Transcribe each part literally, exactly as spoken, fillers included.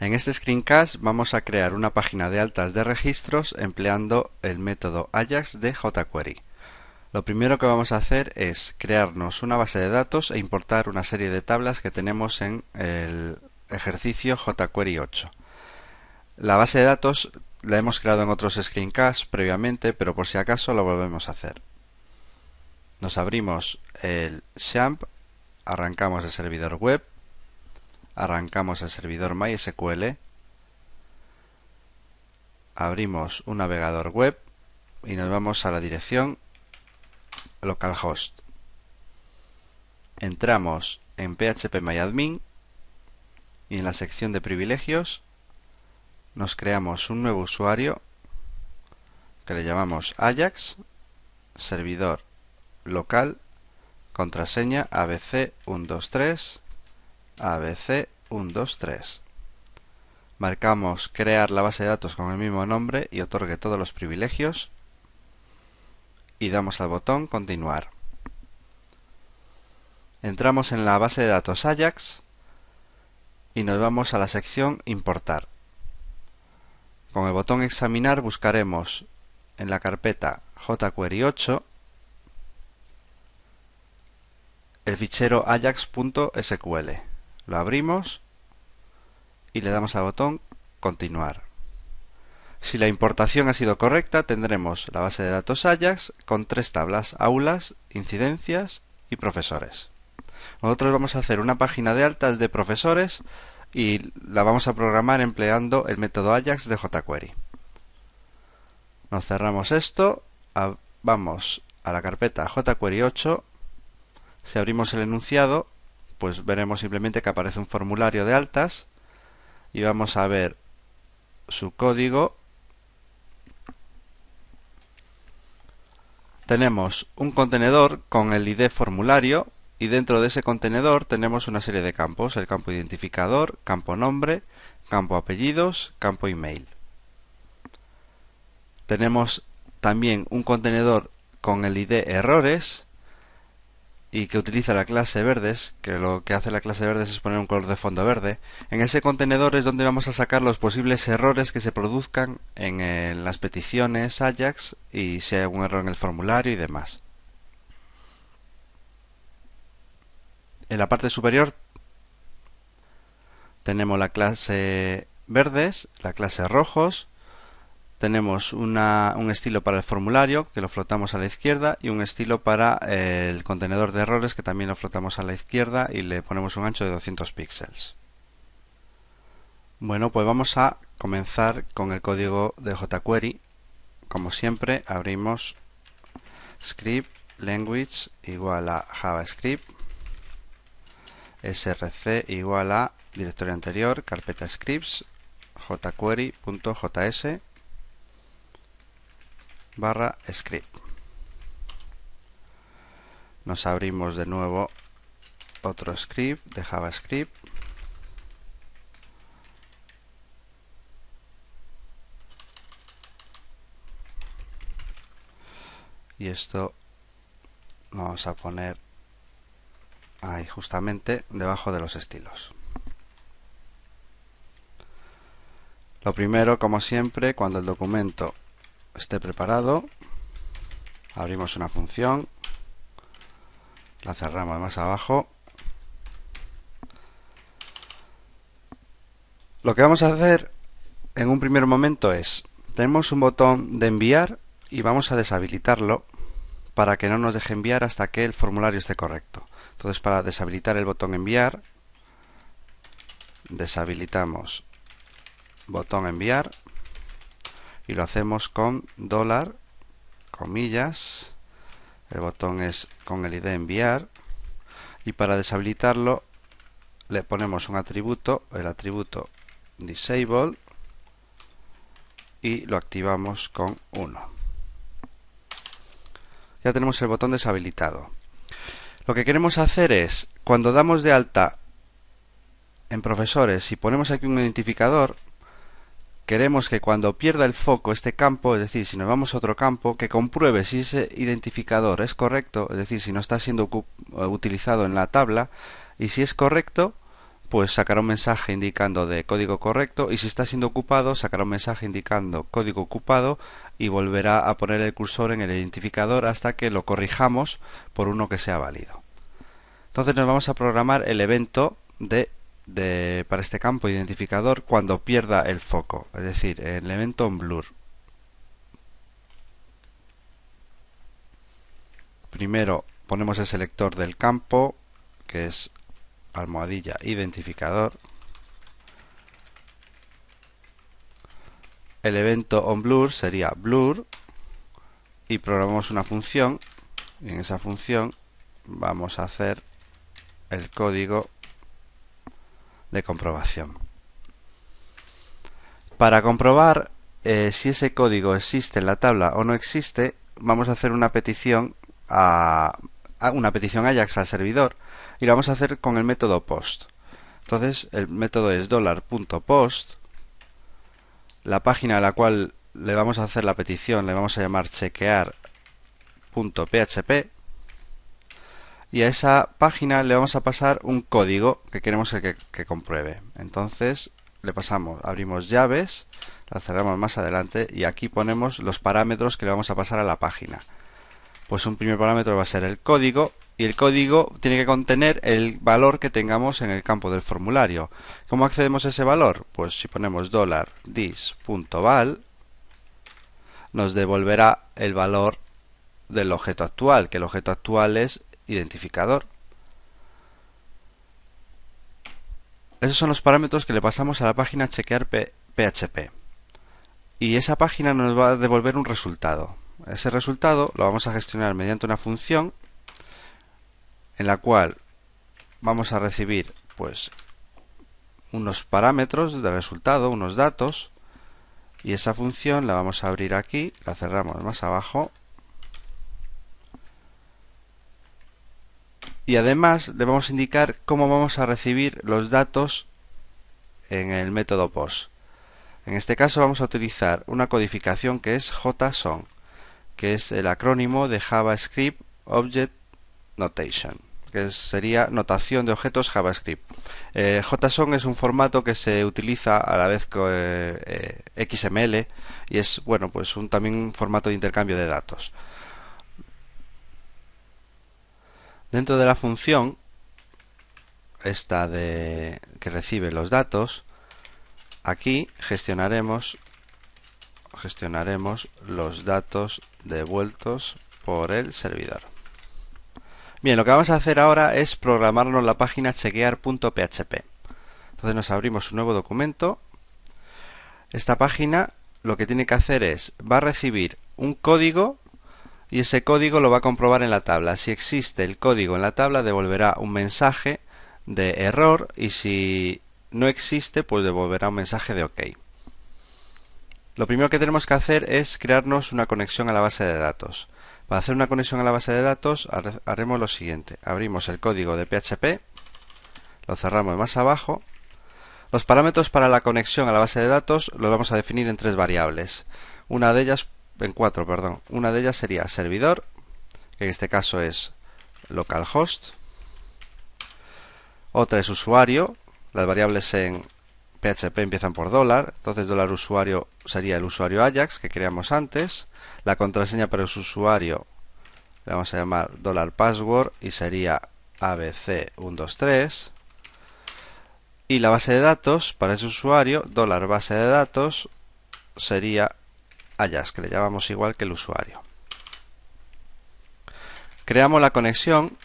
En este screencast vamos a crear una página de altas de registros empleando el método Ajax de jQuery. Lo primero que vamos a hacer es crearnos una base de datos e importar una serie de tablas que tenemos en el ejercicio jQuery ocho. La base de datos la hemos creado en otros screencasts previamente, pero por si acaso lo volvemos a hacer. Nos abrimos el XAMPP, arrancamos el servidor web, arrancamos el servidor MySQL, abrimos un navegador web y nos vamos a la dirección localhost. Entramos en phpMyAdmin y en la sección de privilegios nos creamos un nuevo usuario que le llamamos Ajax, servidor local, contraseña A B C uno dos tres, A B C uno dos tres. Marcamos crear la base de datos con el mismo nombre y otorgue todos los privilegios y damos al botón continuar. Entramos en la base de datos Ajax y nos vamos a la sección importar. Con el botón examinar buscaremos en la carpeta jQuery ocho el fichero ajax punto S Q L. Lo abrimos y le damos al botón continuar. Si la importación ha sido correcta, tendremos la base de datos Ajax con tres tablas: aulas, incidencias y profesores. Nosotros vamos a hacer una página de altas de profesores y la vamos a programar empleando el método Ajax de jQuery. Nos cerramos esto, vamos a la carpeta jQuery ocho. Si abrimos el enunciado, pues veremos simplemente que aparece un formulario de altas y vamos a ver su código. Tenemos un contenedor con el I D formulario y dentro de ese contenedor tenemos una serie de campos: el campo identificador, campo nombre, campo apellidos, campo email. Tenemos también un contenedor con el I D errores y que utiliza la clase verdes, que lo que hace la clase verdes es poner un color de fondo verde. En ese contenedor es donde vamos a sacar los posibles errores que se produzcan en, en las peticiones Ajax y si hay algún error en el formulario y demás. En la parte superior tenemos la clase verdes, la clase rojos. Tenemos una, un estilo para el formulario, que lo flotamos a la izquierda, y un estilo para el contenedor de errores, que también lo flotamos a la izquierda y le ponemos un ancho de doscientos píxeles. Bueno, pues vamos a comenzar con el código de jQuery. Como siempre, abrimos script language igual a javascript, src igual a directorio anterior, carpeta scripts, jquery.js barra script. Nos abrimos de nuevo otro script de JavaScript y esto vamos a poner ahí justamente debajo de los estilos. Lo primero, como siempre, cuando el documento esté preparado, abrimos una función, la cerramos más abajo. Lo que vamos a hacer en un primer momento es, tenemos un botón de enviar y vamos a deshabilitarlo para que no nos deje enviar hasta que el formulario esté correcto. Entonces, para deshabilitar el botón enviar, deshabilitamos botón enviar y lo hacemos con dólar, comillas, el botón es con el I D enviar y para deshabilitarlo le ponemos un atributo, el atributo disable, y lo activamos con uno. Ya tenemos el botón deshabilitado. Lo que queremos hacer es, cuando damos de alta en profesores y ponemos aquí un identificador, queremos que cuando pierda el foco este campo, es decir, si nos vamos a otro campo, que compruebe si ese identificador es correcto, es decir, si no está siendo utilizado en la tabla, y si es correcto, pues sacará un mensaje indicando de código correcto, y si está siendo ocupado sacará un mensaje indicando código ocupado y volverá a poner el cursor en el identificador hasta que lo corrijamos por uno que sea válido. Entonces nos vamos a programar el evento de, de, para este campo identificador cuando pierda el foco, es decir, el evento en blur. Primero ponemos el selector del campo, que es almohadilla identificador. El evento onBlur sería blur y programamos una función, y en esa función vamos a hacer el código de comprobación. Para comprobar eh, si ese código existe en la tabla o no existe, vamos a hacer una petición a, a una petición Ajax al servidor, y lo vamos a hacer con el método post. Entonces el método es $.post. La página a la cual le vamos a hacer la petición le vamos a llamar chequear.php, y a esa página le vamos a pasar un código que queremos que, que compruebe. Entonces le pasamos, abrimos llaves, la cerramos más adelante y aquí ponemos los parámetros que le vamos a pasar a la página. Pues un primer parámetro va a ser el código, y el código tiene que contener el valor que tengamos en el campo del formulario. ¿Cómo accedemos a ese valor? Pues si ponemos $dis.val nos devolverá el valor del objeto actual, que el objeto actual es identificador. Esos son los parámetros que le pasamos a la página chequear.php, y esa página nos va a devolver un resultado. Ese resultado lo vamos a gestionar mediante una función en la cual vamos a recibir pues unos parámetros de resultado, unos datos, y esa función la vamos a abrir aquí, la cerramos más abajo, y además le vamos a indicar cómo vamos a recibir los datos en el método post. En este caso vamos a utilizar una codificación que es JSON, que es el acrónimo de JavaScript Object Notation, que sería notación de objetos JavaScript. Eh, JSON es un formato que se utiliza a la vez que eh, X M L, y es bueno pues un, también un formato de intercambio de datos. Dentro de la función esta de que recibe los datos, aquí gestionaremos gestionaremos los datos devueltos por el servidor. Bien, lo que vamos a hacer ahora es programarnos la página chequear.php. Entonces nos abrimos un nuevo documento. Esta página lo que tiene que hacer es, va a recibir un código, y ese código lo va a comprobar en la tabla. Si existe el código en la tabla, devolverá un mensaje de error, y si no existe, pues devolverá un mensaje de OK. Lo primero que tenemos que hacer es crearnos una conexión a la base de datos. Para hacer una conexión a la base de datos haremos lo siguiente: abrimos el código de P H P, lo cerramos más abajo. Los parámetros para la conexión a la base de datos los vamos a definir en tres variables. Una de ellas, en cuatro, perdón. Una de ellas sería servidor, que en este caso es localhost. Otra es usuario. Las variables en P H P empiezan por dólar, entonces dólar usuario sería el usuario Ajax que creamos antes. La contraseña para ese usuario le vamos a llamar dólar password y sería A B C uno dos tres. Y la base de datos para ese usuario, dólar base de datos, sería Ajax, que le llamamos igual que el usuario. Creamos la conexión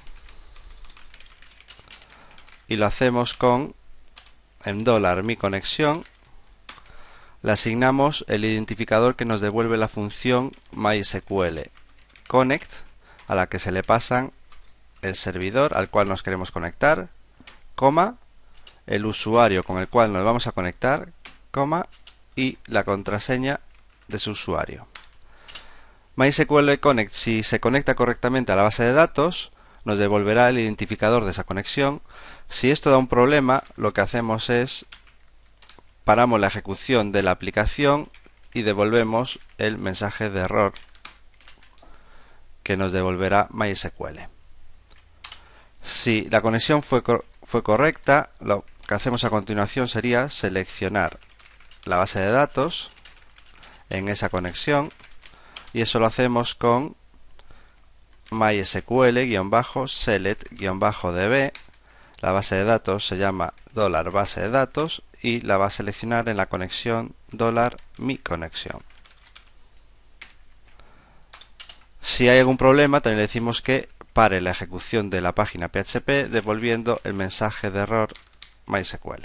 y lo hacemos con en dólar mi conexión. Le asignamos el identificador que nos devuelve la función MySQL connect, a la que se le pasan el servidor al cual nos queremos conectar, coma, el usuario con el cual nos vamos a conectar, coma, y la contraseña de su usuario. MySQL Connect, si se conecta correctamente a la base de datos, nos devolverá el identificador de esa conexión. Si esto da un problema, lo que hacemos es paramos la ejecución de la aplicación y devolvemos el mensaje de error que nos devolverá MySQL. Si la conexión fue, fue correcta, lo que hacemos a continuación sería seleccionar la base de datos en esa conexión, y eso lo hacemos con mysql-select-db. La base de datos se llama dólar base de datos y la va a seleccionar en la conexión dólar mi conexión. Si hay algún problema, también le decimos que pare la ejecución de la página P H P devolviendo el mensaje de error MySQL.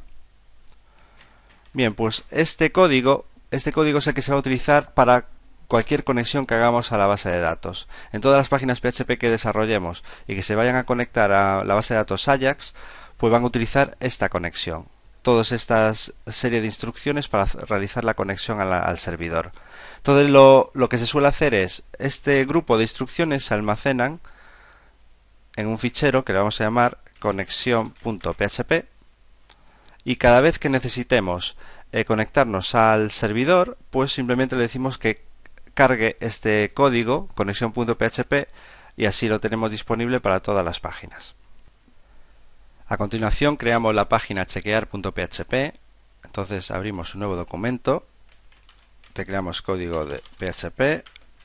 Bien, pues este código, este código es el que se va a utilizar para cualquier conexión que hagamos a la base de datos. En todas las páginas P H P que desarrollemos y que se vayan a conectar a la base de datos Ajax, pues van a utilizar esta conexión. Todas estas serie de instrucciones para realizar la conexión a la, al servidor. Todo lo, lo que se suele hacer es, este grupo de instrucciones se almacenan en un fichero que le vamos a llamar conexión.php, y cada vez que necesitemos eh, conectarnos al servidor, pues simplemente le decimos que cargue este código conexión.php y así lo tenemos disponible para todas las páginas. A continuación creamos la página chequear.php. Entonces abrimos un nuevo documento, tecleamos código de P H P.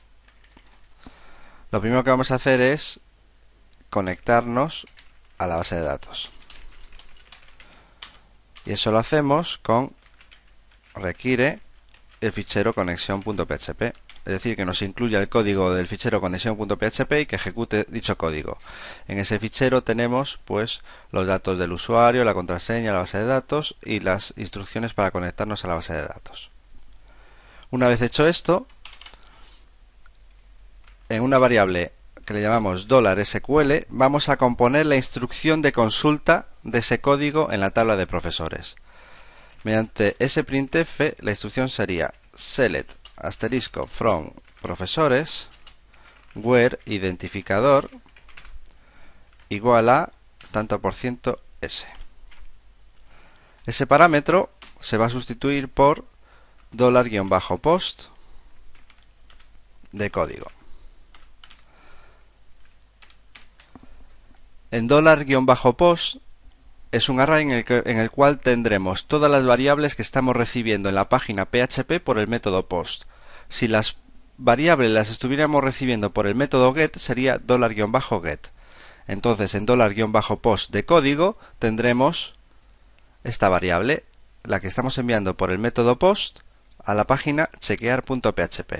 Lo primero que vamos a hacer es conectarnos a la base de datos, y eso lo hacemos con requiere el fichero conexión.php, es decir, que nos incluya el código del fichero conexión.php y que ejecute dicho código. En ese fichero tenemos pues los datos del usuario, la contraseña, la base de datos y las instrucciones para conectarnos a la base de datos. Una vez hecho esto, en una variable que le llamamos $sql, vamos a componer la instrucción de consulta de ese código en la tabla de profesores. Mediante sprintf, la instrucción sería select asterisco from profesores where identificador igual a tanto por ciento s. Ese parámetro se va a sustituir por $-post de código. En $-post es un array en el, que, en el cual tendremos todas las variables que estamos recibiendo en la página P H P por el método post. Si las variables las estuviéramos recibiendo por el método get, sería $-get. Entonces en $-post de código tendremos esta variable, la que estamos enviando por el método post a la página chequear.php.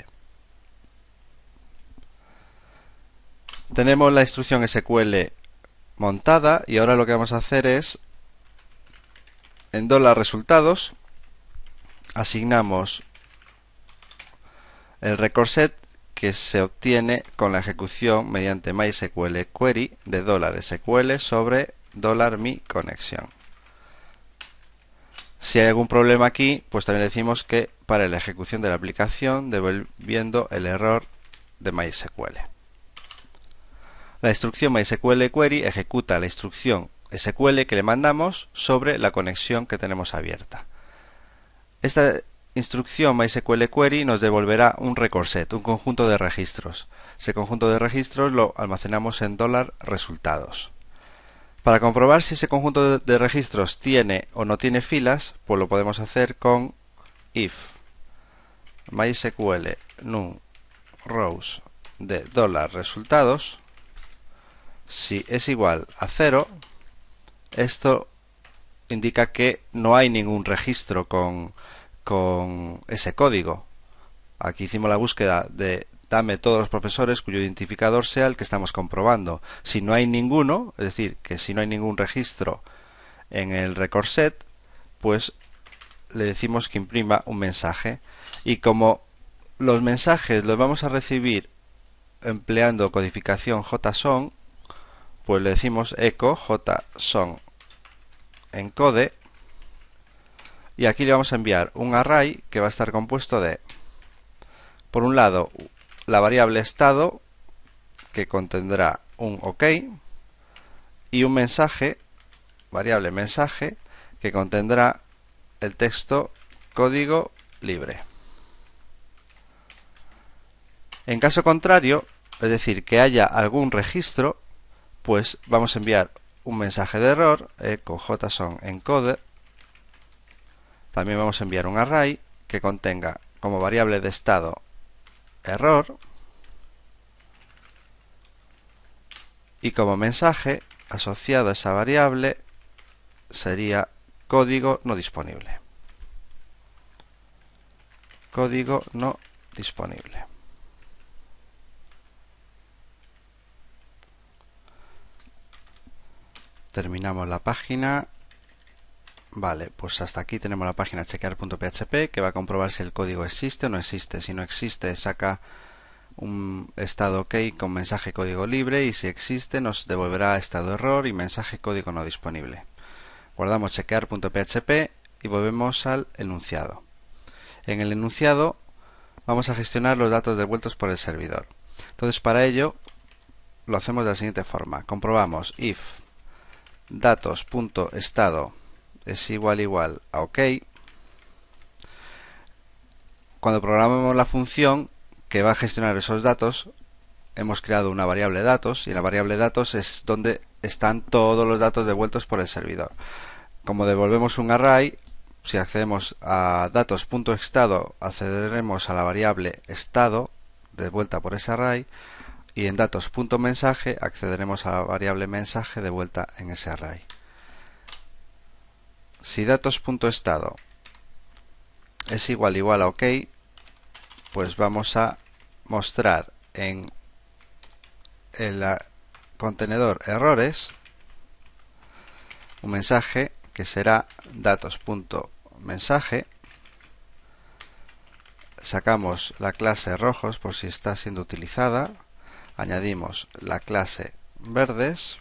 Tenemos la instrucción S Q L montada y ahora lo que vamos a hacer es en $resultados asignamos el record set que se obtiene con la ejecución mediante MySQL query de $sql sobre $mi conexión. Si hay algún problema aquí, pues también decimos que para la ejecución de la aplicación devolviendo el error de MySQL. La instrucción MySQL query ejecuta la instrucción S Q L que le mandamos sobre la conexión que tenemos abierta. Esta instrucción MySQL query nos devolverá un record set, un conjunto de registros. Ese conjunto de registros lo almacenamos en $resultados. Para comprobar si ese conjunto de registros tiene o no tiene filas, pues lo podemos hacer con if MySQL num rows de $resultados. Si es igual a cero, esto indica que no hay ningún registro con, con ese código. Aquí hicimos la búsqueda de dame todos los profesores cuyo identificador sea el que estamos comprobando. Si no hay ninguno, es decir, que si no hay ningún registro en el record set, pues le decimos que imprima un mensaje. Y como los mensajes los vamos a recibir empleando codificación JSON, pues le decimos echo JSON encode, y aquí le vamos a enviar un array que va a estar compuesto de, por un lado, la variable estado, que contendrá un OK, y un mensaje, variable mensaje, que contendrá el texto código libre. En caso contrario, es decir, que haya algún registro, pues vamos a enviar un mensaje de error, echo json encoder. También vamos a enviar un array que contenga como variable de estado error y como mensaje asociado a esa variable sería código no disponible. Código no disponible. Terminamos la página. Vale, pues hasta aquí tenemos la página chequear punto p h p que va a comprobar si el código existe o no existe. Si no existe, saca un estado OK con mensaje código libre, y si existe nos devolverá estado error y mensaje código no disponible. Guardamos chequear punto p h p y volvemos al enunciado. En el enunciado vamos a gestionar los datos devueltos por el servidor. Entonces, para ello lo hacemos de la siguiente forma. Comprobamos if datos.estado es igual igual a OK. Cuando programamos la función que va a gestionar esos datos, hemos creado una variable datos, y en la variable datos es donde están todos los datos devueltos por el servidor. Como devolvemos un array, si accedemos a datos.estado, accederemos a la variable estado devuelta por ese array, y en datos.mensaje accederemos a la variable mensaje devuelta en ese array. Si datos.estado es igual igual a OK, pues vamos a mostrar en el contenedor errores un mensaje que será datos.mensaje. Sacamos la clase rojos por si está siendo utilizada, añadimos la clase verdes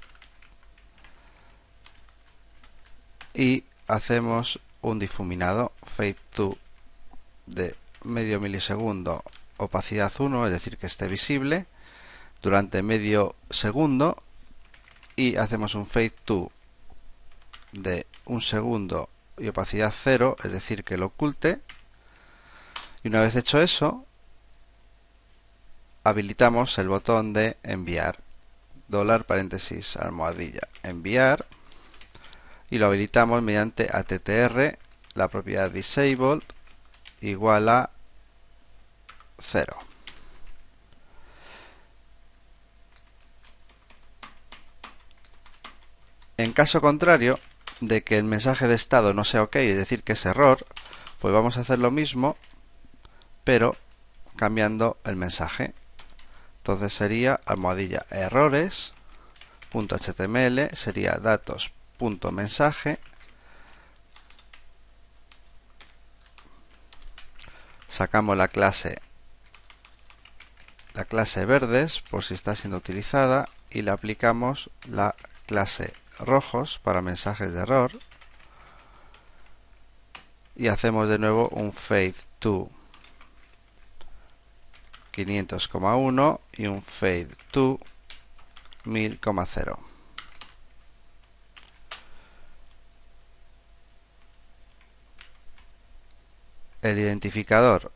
y hacemos un difuminado fade to de medio milisegundo, opacidad uno, es decir, que esté visible durante medio segundo, y hacemos un fade to de un segundo y opacidad cero, es decir, que lo oculte. Y una vez hecho eso, habilitamos el botón de enviar, dólar paréntesis almohadilla enviar, y lo habilitamos mediante attr, la propiedad disabled igual a cero. En caso contrario de que el mensaje de estado no sea OK, es decir, que es error, pues vamos a hacer lo mismo, pero cambiando el mensaje. Entonces sería almohadilla errores punto html, sería datos.mensaje, sacamos la clase la clase verdes por si está siendo utilizada y le aplicamos la clase rojos para mensajes de error, y hacemos de nuevo un fade to quinientos coma uno y un fade to mil coma cero. El identificador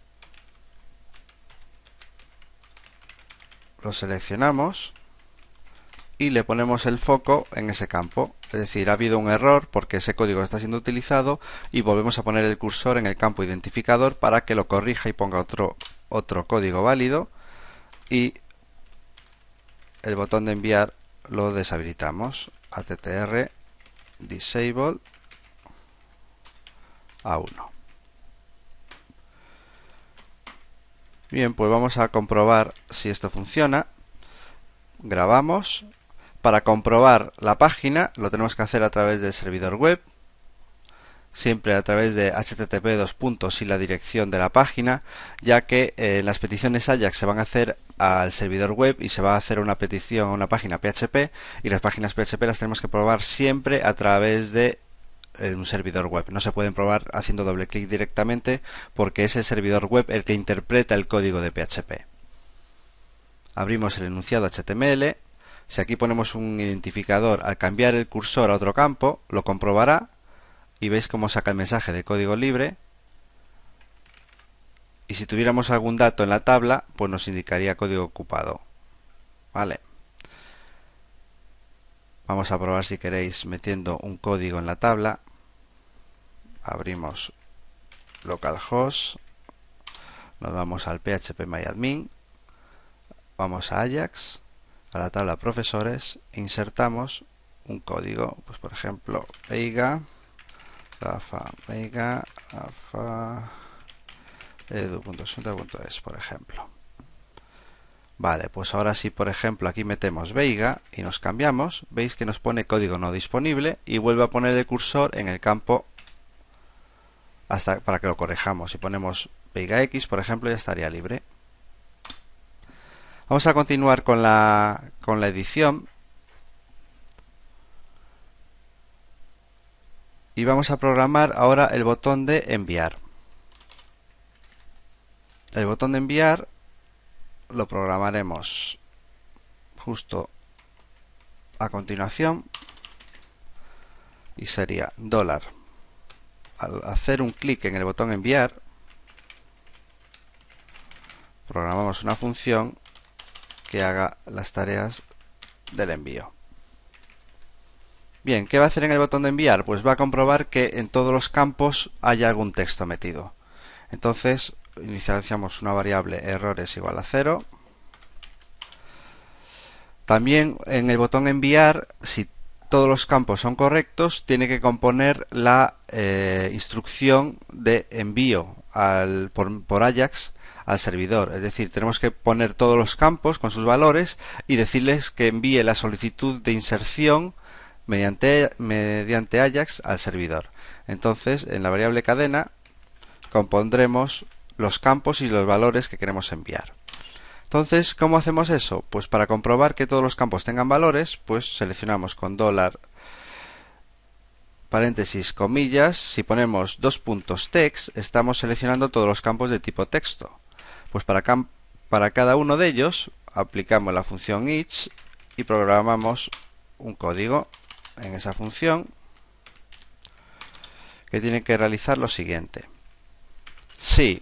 lo seleccionamos y le ponemos el foco en ese campo, es decir, ha habido un error porque ese código está siendo utilizado, y volvemos a poner el cursor en el campo identificador para que lo corrija y ponga otro, otro código válido, y el botón de enviar lo deshabilitamos, attr disable a uno. Bien, pues vamos a comprobar si esto funciona. Grabamos. Para comprobar la página lo tenemos que hacer a través del servidor web, siempre a través de http dos puntos y la dirección de la página, ya que eh, las peticiones Ajax se van a hacer al servidor web y se va a hacer una petición a una página P H P, y las páginas P H P las tenemos que probar siempre a través de eh, un servidor web. No se pueden probar haciendo doble clic directamente, porque es el servidor web el que interpreta el código de P H P. Abrimos el enunciado H T M L. Si aquí ponemos un identificador, al cambiar el cursor a otro campo, lo comprobará, y veis cómo saca el mensaje de código libre, y si tuviéramos algún dato en la tabla, pues nos indicaría código ocupado. Vale. Vamos a probar, si queréis, metiendo un código en la tabla. Abrimos localhost, nos vamos al phpMyAdmin, vamos a Ajax, a la tabla profesores, insertamos un código, pues por ejemplo Veiga, Rafa Veiga, Rafa edu punto asunta punto es, por ejemplo. Vale, pues ahora sí, por ejemplo, aquí metemos Veiga y nos cambiamos, veis que nos pone código no disponible y vuelve a poner el cursor en el campo hasta para que lo corrijamos. Si ponemos Veiga X, por ejemplo, ya estaría libre. Vamos a continuar con la, con la edición y vamos a programar ahora el botón de enviar. El botón de enviar lo programaremos justo a continuación y sería dólar. Al hacer un clic en el botón enviar, programamos una función que haga las tareas del envío. Bien, ¿qué va a hacer en el botón de enviar? Pues va a comprobar que en todos los campos haya algún texto metido. Entonces, inicializamos una variable errores igual a cero. También en el botón enviar, si todos los campos son correctos, tiene que componer la eh, instrucción de envío al, por, por Ajax al servidor. Es decir, tenemos que poner todos los campos con sus valores y decirles que envíe la solicitud de inserción mediante, mediante Ajax al servidor. Entonces, en la variable cadena compondremos los campos y los valores que queremos enviar. Entonces, ¿cómo hacemos eso? Pues para comprobar que todos los campos tengan valores, pues seleccionamos con dólar, paréntesis, comillas. Si ponemos dos puntos text, estamos seleccionando todos los campos de tipo texto. Pues para, para cada uno de ellos aplicamos la función each y programamos un código en esa función que tiene que realizar lo siguiente. Si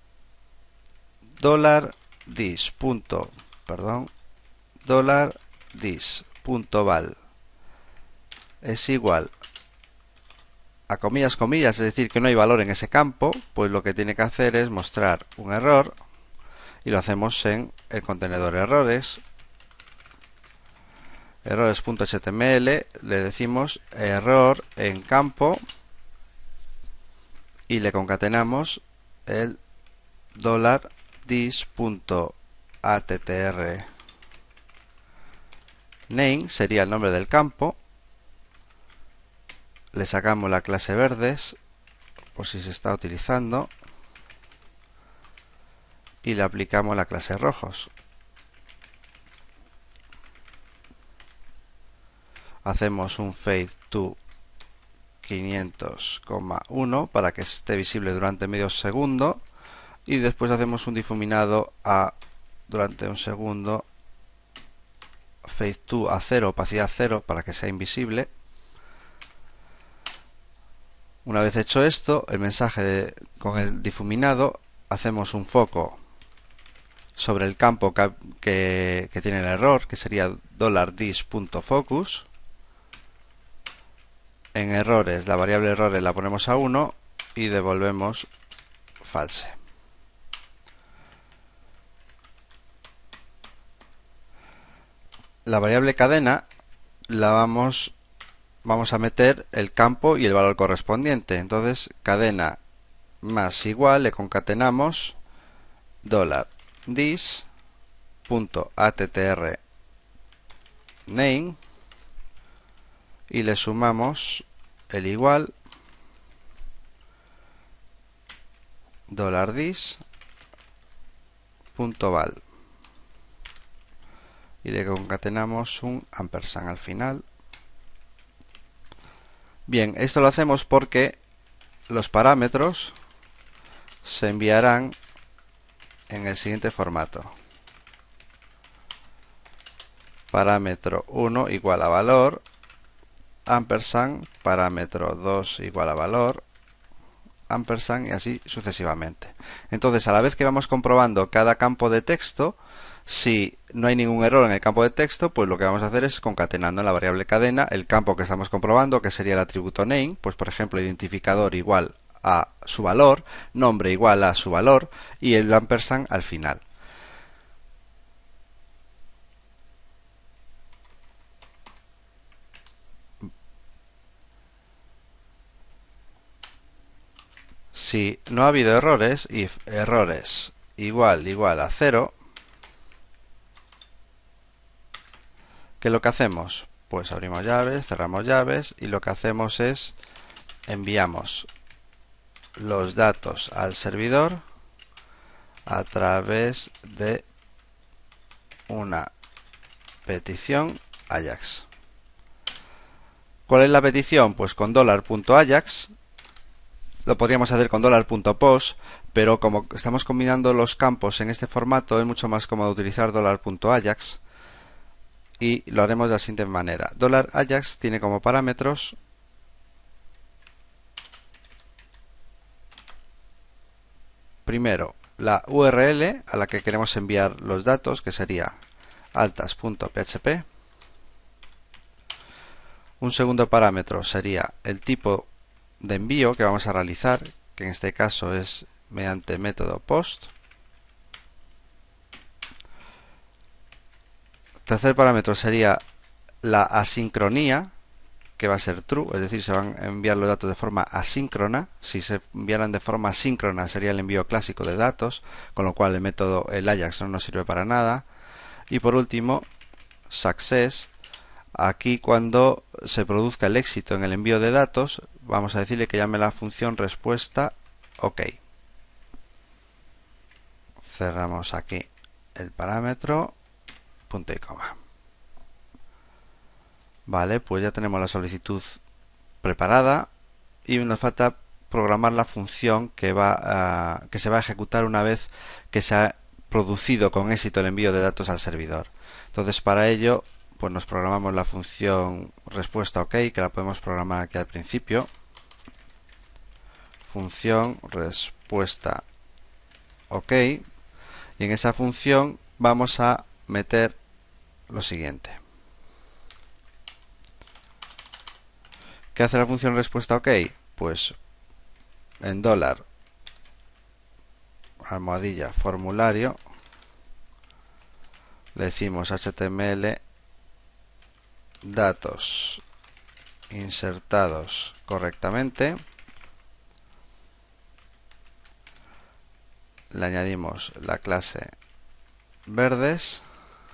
dólar this punto, perdón, dólar this punto val es igual a comillas comillas, es decir, que no hay valor en ese campo, pues lo que tiene que hacer es mostrar un error y lo hacemos en el contenedor errores. Errores.html, le decimos error en campo y le concatenamos el dólar this.attr name, sería el nombre del campo. Le sacamos la clase verdes por si se está utilizando y le aplicamos la clase rojos. Hacemos un fade to quinientos coma uno para que esté visible durante medio segundo y después hacemos un difuminado a durante un segundo, fade to a cero, opacidad cero, para que sea invisible. Una vez hecho esto, el mensaje de, con el difuminado, hacemos un foco sobre el campo que, que, que tiene el error, que sería $this.focus. En errores, la variable errores la ponemos a uno y devolvemos false. La variable cadena la vamos, vamos a meter el campo y el valor correspondiente. Entonces, cadena más igual, le concatenamos dólar this.attr name y le sumamos el igual dólar this.val y le concatenamos un ampersand al final. Bien, esto lo hacemos porque los parámetros se enviarán en el siguiente formato. Parámetro uno igual a valor, ampersand, parámetro dos igual a valor, ampersand y así sucesivamente. Entonces, a la vez que vamos comprobando cada campo de texto, Si no hay ningún error en el campo de texto, pues lo que vamos a hacer es concatenando en la variable cadena el campo que estamos comprobando, que sería el atributo name, pues por ejemplo identificador igual a su valor, nombre igual a su valor y el ampersand al final. Si no ha habido errores, if errores igual igual a cero, ¿qué es lo que hacemos? Pues abrimos llaves, cerramos llaves y lo que hacemos es enviamos los datos al servidor a través de una petición Ajax. ¿Cuál es la petición? Pues con $.ajax. Lo podríamos hacer con $.post, pero como estamos combinando los campos en este formato, es mucho más cómodo utilizar $.ajax y lo haremos de la siguiente manera. $ajax tiene como parámetros primero la U R L a la que queremos enviar los datos, que sería altas punto p h p. Un segundo parámetro sería el tipo de envío que vamos a realizar, que en este caso es mediante método post. Tercer parámetro sería la asincronía, que va a ser true, es decir, se van a enviar los datos de forma asíncrona. Si se enviaran de forma síncrona sería el envío clásico de datos, con lo cual el método, el Ajax, no nos sirve para nada. Y por último, success. Aquí cuando se produzca el éxito en el envío de datos, vamos a decirle que llame la función respuesta OK. Cerramos aquí el parámetro, punto y coma. Vale, pues ya tenemos la solicitud preparada y nos falta programar la función que, va a, que se va a ejecutar una vez que se ha producido con éxito el envío de datos al servidor. Entonces para ello pues nos programamos la función respuesta OK, que la podemos programar aquí al principio. Función respuesta OK, y en esa función vamos a meter lo siguiente. ¿Qué hace la función respuesta OK? Pues en dólar almohadilla formulario le decimos H T M L datos insertados correctamente, le añadimos la clase verdes,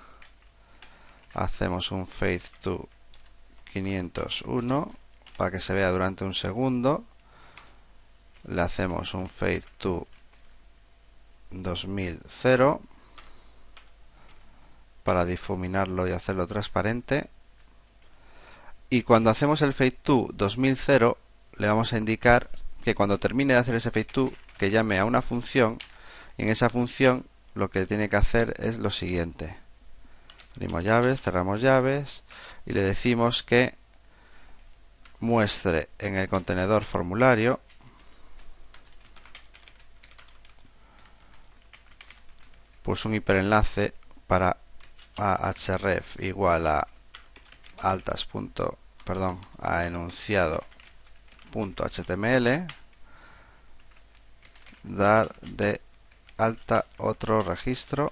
hacemos un fade to quinientos uno para que se vea durante un segundo, le hacemos un fade to dos mil para difuminarlo y hacerlo transparente. Y cuando hacemos el fade to dos mil le vamos a indicar que cuando termine de hacer ese fade to, que llame a una función, y en esa función lo que tiene que hacer es lo siguiente. Abrimos llaves, cerramos llaves y le decimos que muestre en el contenedor formulario pues un hiperenlace para a href igual a altas. Punto, perdón, a enunciado punto html, dar de alta otro registro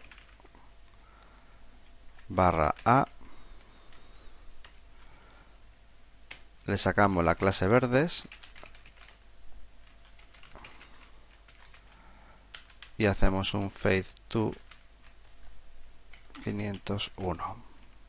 barra a, le sacamos la clase verdes y hacemos un fade to quinientos uno.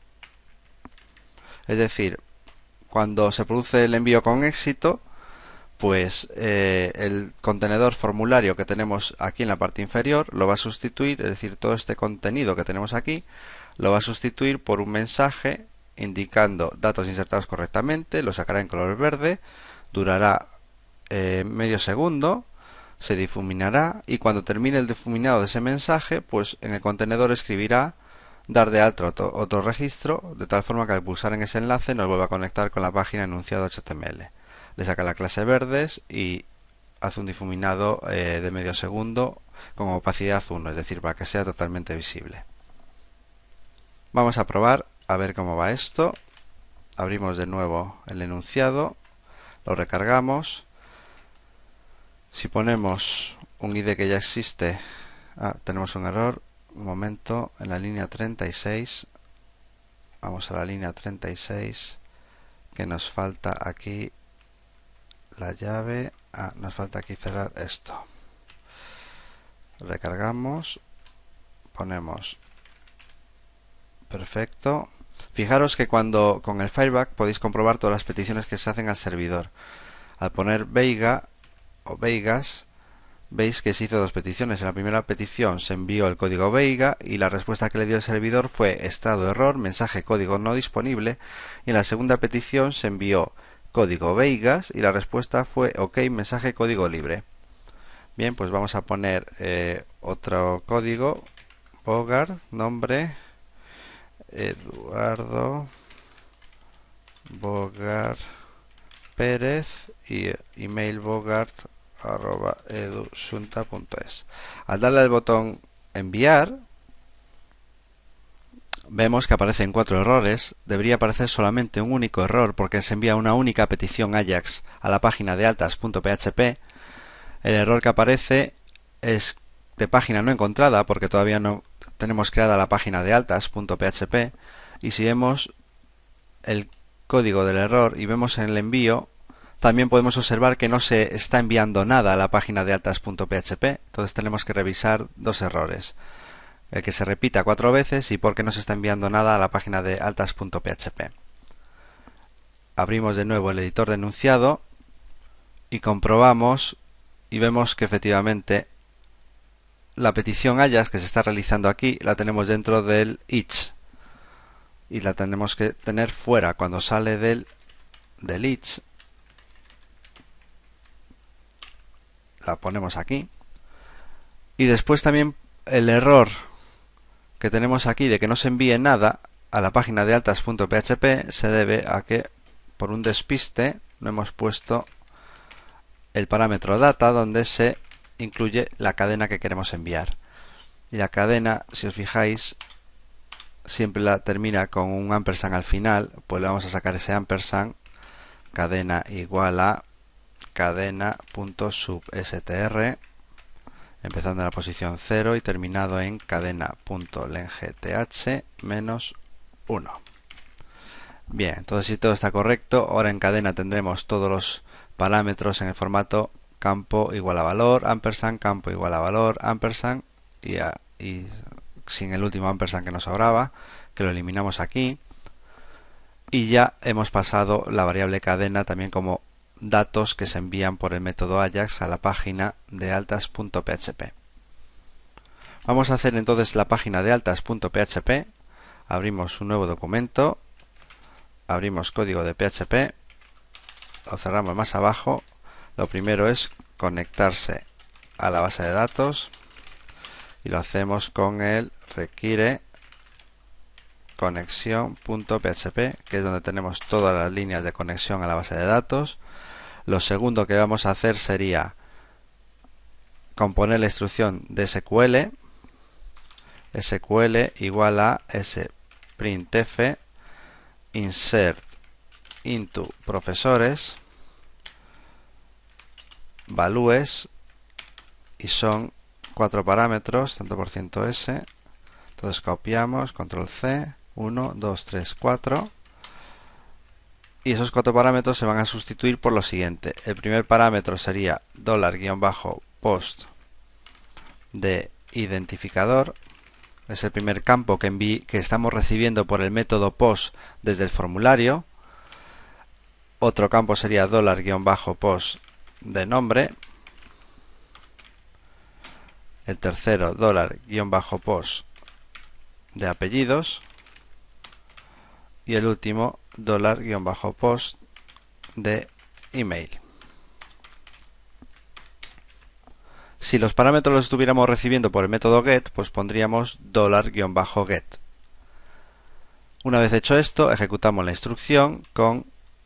Es decir, cuando se produce el envío con éxito, pues eh, el contenedor formulario que tenemos aquí en la parte inferior lo va a sustituir, es decir, todo este contenido que tenemos aquí lo va a sustituir por un mensaje indicando datos insertados correctamente, lo sacará en color verde, durará eh, medio segundo, se difuminará y cuando termine el difuminado de ese mensaje, pues en el contenedor escribirá dar de alta otro, otro registro, de tal forma que al pulsar en ese enlace nos vuelva a conectar con la página enunciado H T M L. Le saca la clase verdes y hace un difuminado eh, de medio segundo con opacidad uno, es decir, para que sea totalmente visible. Vamos a probar a ver cómo va esto. Abrimos de nuevo el enunciado, lo recargamos. Si ponemos un I D que ya existe, ah, tenemos un error. Un momento, en la línea treinta y seis, vamos a la línea treinta y seis, que nos falta aquí la llave. Ah, nos falta aquí cerrar esto. Recargamos, ponemos perfecto. Fijaros que cuando con el Fireback podéis comprobar todas las peticiones que se hacen al servidor. Al poner Veiga o Veigas, veis que se hizo dos peticiones. En la primera petición se envió el código Veiga y la respuesta que le dio el servidor fue estado error, mensaje código no disponible. Y en la segunda petición se envió código Veigas y la respuesta fue ok, mensaje código libre. Bien, pues vamos a poner eh, otro código, Bogart, nombre, Eduardo Bogart Pérez y email bogart arroba edusunta punto es. Al darle al botón enviar, vemos que aparecen cuatro errores. Debería aparecer solamente un único error porque se envía una única petición Ajax a la página de altas punto p h p. El error que aparece es de página no encontrada porque todavía no tenemos creada la página de altas punto p h p. Y si vemos el código del error y vemos en el envío, también podemos observar que no se está enviando nada a la página de altas punto p h p. Entonces tenemos que revisar dos errores: el que se repita cuatro veces y por qué no se está enviando nada a la página de altas punto p h p. Abrimos de nuevo el editor de enunciado y comprobamos y vemos que efectivamente la petición Ajax que se está realizando aquí la tenemos dentro del each y la tenemos que tener fuera. Cuando sale del, del each, la ponemos aquí. Y después también el error que tenemos aquí de que no se envíe nada a la página de altas punto p h p se debe a que por un despiste no hemos puesto el parámetro data donde se incluye la cadena que queremos enviar. Y la cadena, si os fijáis, siempre la termina con un ampersand al final. Pues le vamos a sacar ese ampersand, cadena igual a cadena.substr, empezando en la posición cero y terminado en cadena.length menos uno. Bien, entonces si todo está correcto, ahora en cadena tendremos todos los parámetros en el formato campo igual a valor, ampersand, campo igual a valor, ampersand y, a, y sin el último ampersand que nos sobraba, que lo eliminamos aquí. Y ya hemos pasado la variable cadena también como datos que se envían por el método Ajax a la página de altas punto p h p. Vamos a hacer entonces la página de altas punto p h p. Abrimos un nuevo documento, abrimos código de P H P, lo cerramos más abajo. Lo primero es conectarse a la base de datos y lo hacemos con el requiere conexión.php, que es donde tenemos todas las líneas de conexión a la base de datos. Lo segundo que vamos a hacer sería componer la instrucción de S Q L, S Q L igual a sprintf insert into profesores values, y son cuatro parámetros, tanto por ciento s. Entonces copiamos, control C, uno, dos, tres, cuatro, y esos cuatro parámetros se van a sustituir por lo siguiente. El primer parámetro sería $post de identificador, es el primer campo que, envi que estamos recibiendo por el método post desde el formulario. Otro campo sería $post de nombre. El tercero, $post de apellidos. Y el último, $post de email. Si los parámetros los estuviéramos recibiendo por el método get, pues pondríamos $-get. Una vez hecho esto, ejecutamos la instrucción con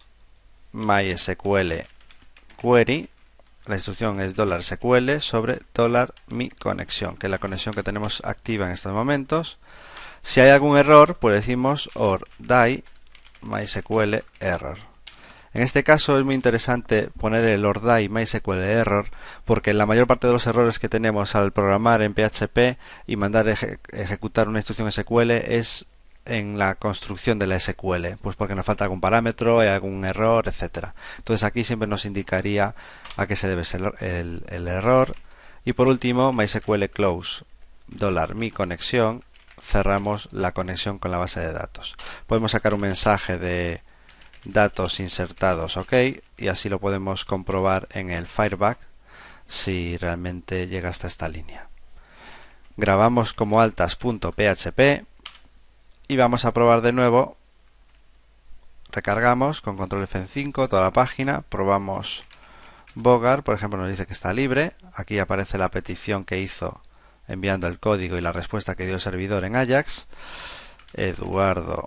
MySQL query. La instrucción es $sql sobre $mi conexión, que es la conexión que tenemos activa en estos momentos. Si hay algún error, pues decimos or die MySQL error. En este caso es muy interesante poner el or die MySQL error, porque la mayor parte de los errores que tenemos al programar en P H P y mandar eje ejecutar una instrucción S Q L es en la construcción de la S Q L, pues porque nos falta algún parámetro, hay algún error, etcétera. Entonces aquí siempre nos indicaría a qué se debe el, el, el error. Y por último, MySQL close dólar mi conexión, cerramos la conexión con la base de datos. Podemos sacar un mensaje de datos insertados OK, y así lo podemos comprobar en el Fireback si realmente llega hasta esta línea. Grabamos como altas.php y vamos a probar de nuevo. Recargamos con control F cinco toda la página, probamos Bogart, por ejemplo, nos dice que está libre. Aquí aparece la petición que hizo enviando el código y la respuesta que dio el servidor en Ajax. Eduardo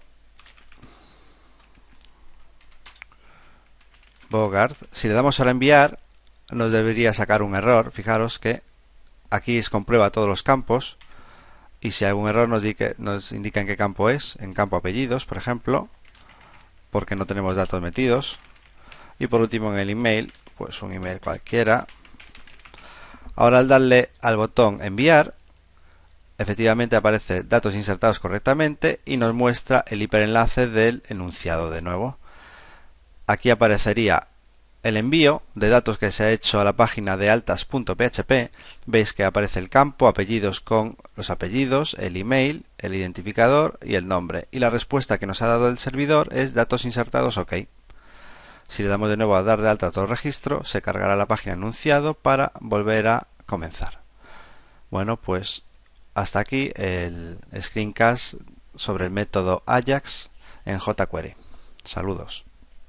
Bogart. Si le damos a enviar, nos debería sacar un error. Fijaros que aquí es comprueba todos los campos, y si hay algún error nos, dique, nos indica en qué campo es, en campo apellidos, por ejemplo, porque no tenemos datos metidos. Y por último en el email, pues un email cualquiera. Ahora al darle al botón enviar, efectivamente aparece datos insertados correctamente y nos muestra el hiperenlace del enunciado de nuevo. Aquí aparecería el envío de datos que se ha hecho a la página de altas.php. Veis que aparece el campo, apellidos con los apellidos, el email, el identificador y el nombre. Y la respuesta que nos ha dado el servidor es datos insertados OK. Si le damos de nuevo a dar de alta todo el registro, se cargará la página enunciado para volver a comenzar. Bueno, pues hasta aquí el screencast sobre el método Ajax en jQuery. Saludos.